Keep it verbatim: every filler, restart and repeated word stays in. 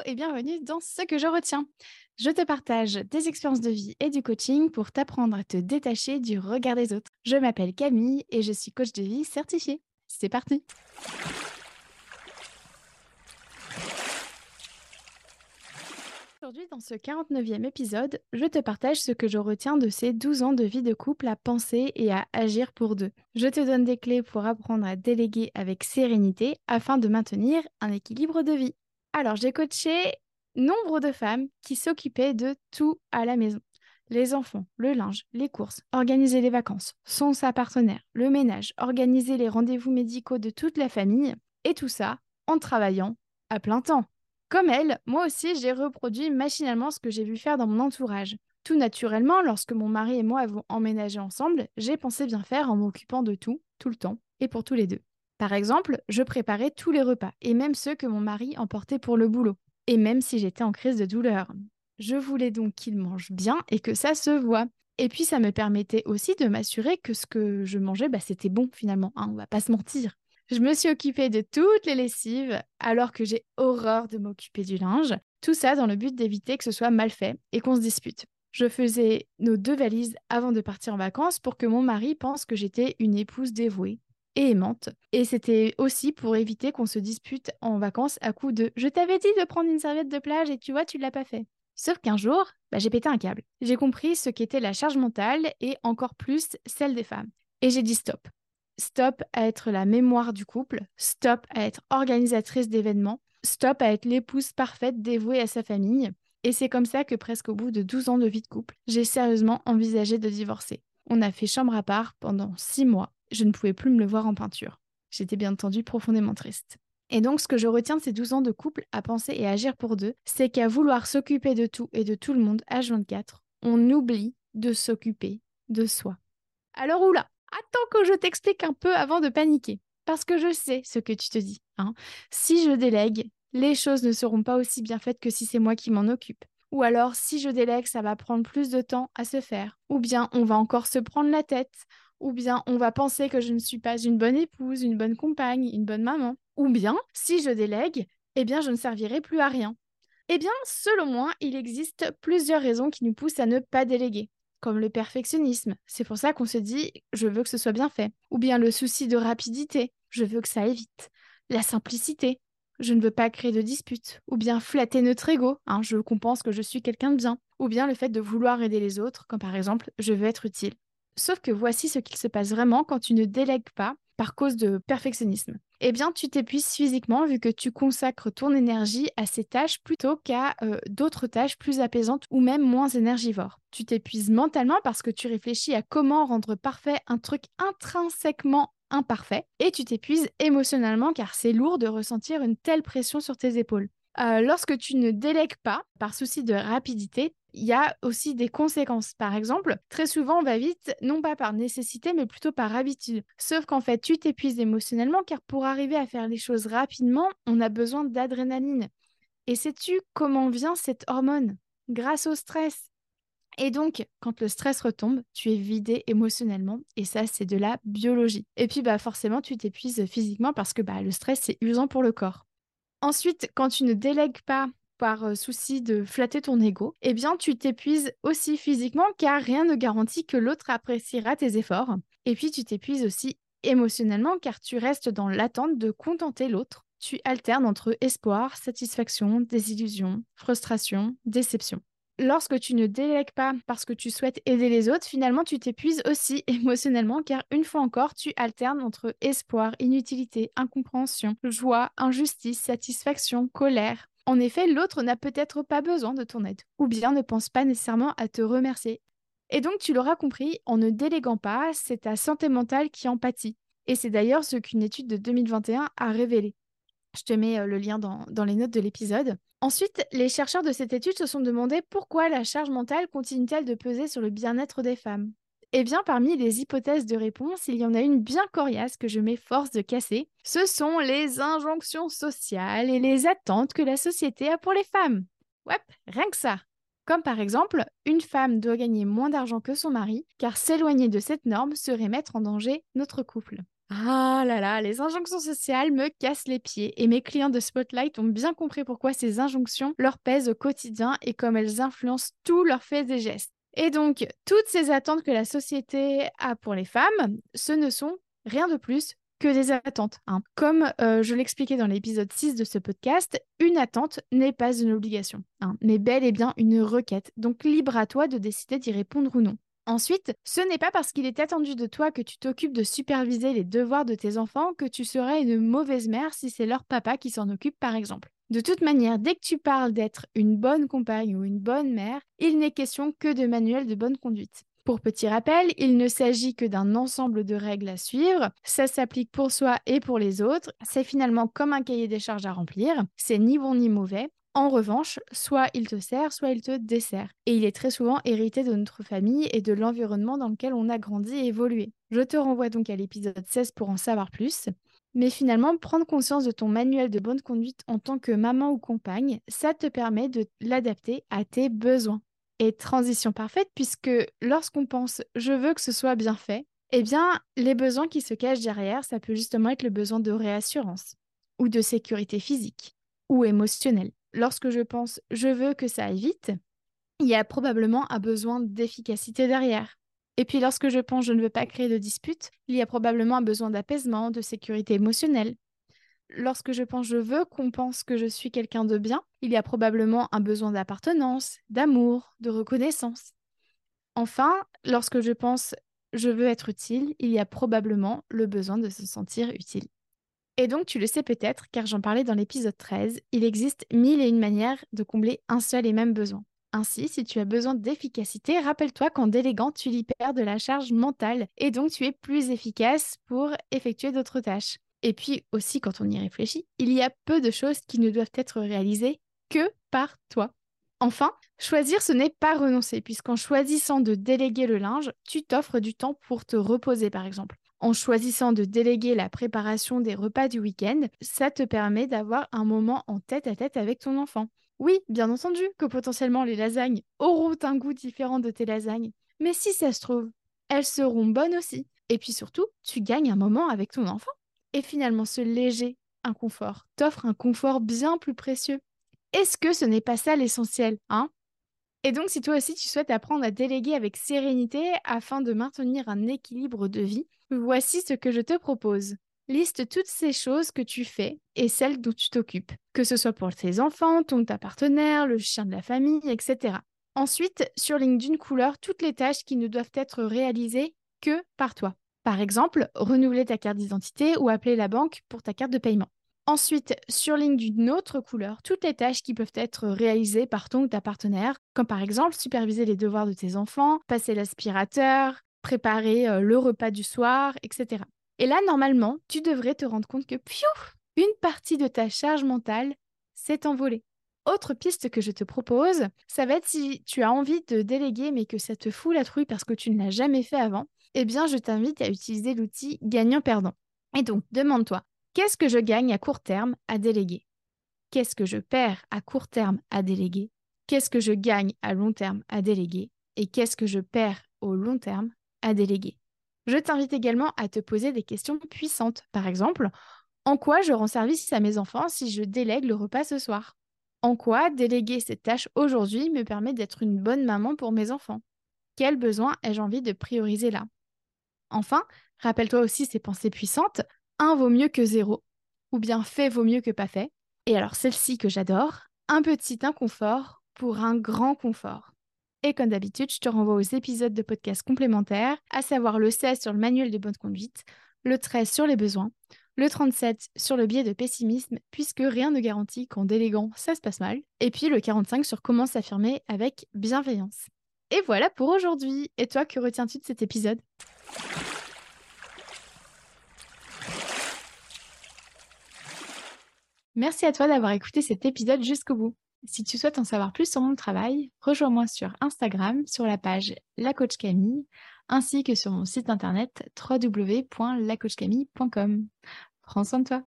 et bienvenue dans Ce que je retiens. Je te partage des expériences de vie et du coaching pour t'apprendre à te détacher du regard des autres. Je m'appelle Camille et je suis coach de vie certifiée. C'est parti! Aujourd'hui, dans ce quarante-neuvième épisode, je te partage ce que je retiens de ces douze ans de vie de couple à penser et à agir pour deux. Je te donne des clés pour apprendre à déléguer avec sérénité afin de maintenir un équilibre de vie. Alors, j'ai coaché nombre de femmes qui s'occupaient de tout à la maison. Les enfants, le linge, les courses, organiser les vacances, son sa partenaire, le ménage, organiser les rendez-vous médicaux de toute la famille, et tout ça en travaillant à plein temps. Comme elle, moi aussi, j'ai reproduit machinalement ce que j'ai vu faire dans mon entourage. Tout naturellement, lorsque mon mari et moi avons emménagé ensemble, j'ai pensé bien faire en m'occupant de tout, tout le temps, et pour tous les deux. Par exemple, je préparais tous les repas, et même ceux que mon mari emportait pour le boulot, et même si j'étais en crise de douleur. Je voulais donc qu'il mange bien et que ça se voit. Et puis ça me permettait aussi de m'assurer que ce que je mangeais, bah, c'était bon finalement, hein, on va pas se mentir. Je me suis occupée de toutes les lessives, alors que j'ai horreur de m'occuper du linge. Tout ça dans le but d'éviter que ce soit mal fait et qu'on se dispute. Je faisais nos deux valises avant de partir en vacances pour que mon mari pense que j'étais une épouse dévouée et aimante. Et c'était aussi pour éviter qu'on se dispute en vacances à coup de « je t'avais dit de prendre une serviette de plage et tu vois, tu l'as pas fait ». Sauf qu'un jour, bah, j'ai pété un câble. J'ai compris ce qu'était la charge mentale et encore plus celle des femmes. Et j'ai dit stop. Stop à être la mémoire du couple, stop à être organisatrice d'événements, stop à être l'épouse parfaite dévouée à sa famille. Et c'est comme ça que presque au bout de douze ans de vie de couple, j'ai sérieusement envisagé de divorcer. On a fait chambre à part pendant six mois. Je ne pouvais plus me le voir en peinture. J'étais bien entendu profondément triste. Et donc, ce que je retiens de ces douze ans de couple à penser et agir pour deux, c'est qu'à vouloir s'occuper de tout et de tout le monde H vingt-quatre, on oublie de s'occuper de soi. Alors oula, attends que je t'explique un peu avant de paniquer. Parce que je sais ce que tu te dis. Hein. Si je délègue, les choses ne seront pas aussi bien faites que si c'est moi qui m'en occupe. Ou alors, si je délègue, ça va prendre plus de temps à se faire. Ou bien, on va encore se prendre la tête. Ou bien, on va penser que je ne suis pas une bonne épouse, une bonne compagne, une bonne maman. Ou bien, si je délègue, eh bien, je ne servirai plus à rien. Eh bien, selon moi, il existe plusieurs raisons qui nous poussent à ne pas déléguer, comme le perfectionnisme. C'est pour ça qu'on se dit « je veux que ce soit bien fait ». Ou bien le souci de rapidité, « je veux que ça aille vite ». La simplicité, « je ne veux pas créer de disputes ». Ou bien flatter notre ego, hein, je compense que je suis quelqu'un de bien. Ou bien le fait de vouloir aider les autres, comme par exemple « je veux être utile ». Sauf que voici ce qu'il se passe vraiment quand tu ne délègues pas par cause de perfectionnisme. Eh bien, tu t'épuises physiquement vu que tu consacres ton énergie à ces tâches plutôt qu'à euh, d'autres tâches plus apaisantes ou même moins énergivores. Tu t'épuises mentalement parce que tu réfléchis à comment rendre parfait un truc intrinsèquement imparfait et tu t'épuises émotionnellement car c'est lourd de ressentir une telle pression sur tes épaules. Euh, lorsque tu ne délègues pas, par souci de rapidité, il y a aussi des conséquences. Par exemple, très souvent, on va vite, non pas par nécessité, mais plutôt par habitude. Sauf qu'en fait, tu t'épuises émotionnellement, car pour arriver à faire les choses rapidement, on a besoin d'adrénaline. Et sais-tu comment vient cette hormone? Grâce au stress. Et donc, quand le stress retombe, tu es vidé émotionnellement, et ça, c'est de la biologie. Et puis, bah, forcément, tu t'épuises physiquement parce que bah, le stress, c'est usant pour le corps. Ensuite, quand tu ne délègues pas par euh, souci de flatter ton ego, eh bien, tu t'épuises aussi physiquement car rien ne garantit que l'autre appréciera tes efforts. Et puis, tu t'épuises aussi émotionnellement car tu restes dans l'attente de contenter l'autre. Tu alternes entre espoir, satisfaction, désillusion, frustration, déception. Lorsque tu ne délègues pas parce que tu souhaites aider les autres, finalement, tu t'épuises aussi émotionnellement car une fois encore, tu alternes entre espoir, inutilité, incompréhension, joie, injustice, satisfaction, colère. En effet, l'autre n'a peut-être pas besoin de ton aide ou bien ne pense pas nécessairement à te remercier. Et donc, tu l'auras compris, en ne déléguant pas, c'est ta santé mentale qui en pâtit. Et c'est d'ailleurs ce qu'une étude de deux mille vingt et un a révélé. Je te mets euh, le lien dans, dans les notes de l'épisode. Ensuite, les chercheurs de cette étude se sont demandé pourquoi la charge mentale continue-t-elle de peser sur le bien-être des femmes. Eh bien, parmi les hypothèses de réponse, il y en a une bien coriace que je m'efforce de casser. Ce sont les injonctions sociales et les attentes que la société a pour les femmes. Ouais, rien que ça. Comme par exemple, une femme doit gagner moins d'argent que son mari, car s'éloigner de cette norme serait mettre en danger notre couple. Ah là là, les injonctions sociales me cassent les pieds et mes clients de Spotlight ont bien compris pourquoi ces injonctions leur pèsent au quotidien et comme elles influencent tous leurs faits et gestes. Et donc, toutes ces attentes que la société a pour les femmes, ce ne sont rien de plus que des attentes, hein. Comme euh, je l'expliquais dans l'épisode six de ce podcast, une attente n'est pas une obligation, hein, mais bel et bien une requête. Donc, libre à toi de décider d'y répondre ou non. Ensuite, ce n'est pas parce qu'il est attendu de toi que tu t'occupes de superviser les devoirs de tes enfants que tu serais une mauvaise mère si c'est leur papa qui s'en occupe, par exemple. De toute manière, dès que tu parles d'être une bonne compagne ou une bonne mère, il n'est question que de manuel de bonne conduite. Pour petit rappel, il ne s'agit que d'un ensemble de règles à suivre. Ça s'applique pour soi et pour les autres. C'est finalement comme un cahier des charges à remplir. C'est ni bon ni mauvais. En revanche, soit il te sert, soit il te dessert. Et il est très souvent hérité de notre famille et de l'environnement dans lequel on a grandi et évolué. Je te renvoie donc à l'épisode seize pour en savoir plus. Mais finalement, prendre conscience de ton manuel de bonne conduite en tant que maman ou compagne, ça te permet de l'adapter à tes besoins. Et transition parfaite, puisque lorsqu'on pense je veux que ce soit bien fait, eh bien, les besoins qui se cachent derrière, ça peut justement être le besoin de réassurance, ou de sécurité physique, ou émotionnelle. Lorsque je pense je veux que ça aille vite, il y a probablement un besoin d'efficacité derrière. Et puis lorsque je pense je ne veux pas créer de dispute, il y a probablement un besoin d'apaisement, de sécurité émotionnelle. Lorsque je pense je veux qu'on pense que je suis quelqu'un de bien, il y a probablement un besoin d'appartenance, d'amour, de reconnaissance. Enfin, lorsque je pense je veux être utile, il y a probablement le besoin de se sentir utile. Et donc, tu le sais peut-être, car j'en parlais dans l'épisode treize, il existe mille et une manières de combler un seul et même besoin. Ainsi, si tu as besoin d'efficacité, rappelle-toi qu'en déléguant, tu libères de la charge mentale et donc tu es plus efficace pour effectuer d'autres tâches. Et puis aussi, quand on y réfléchit, il y a peu de choses qui ne doivent être réalisées que par toi. Enfin, choisir, ce n'est pas renoncer, puisqu'en choisissant de déléguer le linge, tu t'offres du temps pour te reposer, par exemple. En choisissant de déléguer la préparation des repas du week-end, ça te permet d'avoir un moment en tête-à-tête avec ton enfant. Oui, bien entendu que potentiellement les lasagnes auront un goût différent de tes lasagnes, mais si ça se trouve, elles seront bonnes aussi. Et puis surtout, tu gagnes un moment avec ton enfant. Et finalement, ce léger inconfort t'offre un confort bien plus précieux. Est-ce que ce n'est pas ça l'essentiel, hein? Et donc, si toi aussi tu souhaites apprendre à déléguer avec sérénité afin de maintenir un équilibre de vie, voici ce que je te propose. Liste toutes ces choses que tu fais et celles dont tu t'occupes, que ce soit pour tes enfants, ton ta partenaire, le chien de la famille, et cetera. Ensuite, surligne d'une couleur toutes les tâches qui ne doivent être réalisées que par toi. Par exemple, renouveler ta carte d'identité ou appeler la banque pour ta carte de paiement. Ensuite, surligne d'une autre couleur toutes les tâches qui peuvent être réalisées par ton ou ta partenaire, comme par exemple superviser les devoirs de tes enfants, passer l'aspirateur, préparer euh, le repas du soir, et cetera. Et là, normalement, tu devrais te rendre compte que, pfiou, une partie de ta charge mentale s'est envolée. Autre piste que je te propose, ça va être si tu as envie de déléguer mais que ça te fout la trouille parce que tu ne l'as jamais fait avant, eh bien, je t'invite à utiliser l'outil gagnant-perdant. Et donc, demande-toi, qu'est-ce que je gagne à court terme à déléguer? Qu'est-ce que je perds à court terme à déléguer? Qu'est-ce que je gagne à long terme à déléguer? Et qu'est-ce que je perds au long terme à déléguer? Je t'invite également à te poser des questions puissantes. Par exemple, en quoi je rends service à mes enfants si je délègue le repas ce soir? En quoi déléguer cette tâche aujourd'hui me permet d'être une bonne maman pour mes enfants? Quel besoin ai-je envie de prioriser là? Enfin, rappelle-toi aussi ces pensées puissantes. Un vaut mieux que zéro, ou bien fait vaut mieux que pas fait. Et alors celle-ci que j'adore, un petit inconfort pour un grand confort. Et comme d'habitude, je te renvoie aux épisodes de podcast complémentaires, à savoir le seize sur le manuel de bonne conduite, le treize sur les besoins, le trente-sept sur le biais de pessimisme, puisque rien ne garantit qu'en déléguant, ça se passe mal, et puis le quarante-cinq sur comment s'affirmer avec bienveillance. Et voilà pour aujourd'hui. Et toi, que retiens-tu de cet épisode? Merci à toi d'avoir écouté cet épisode jusqu'au bout. Si tu souhaites en savoir plus sur mon travail, rejoins-moi sur Instagram sur la page La Coach Camille, ainsi que sur mon site internet w w w point la coach camille point com. Prends soin de toi.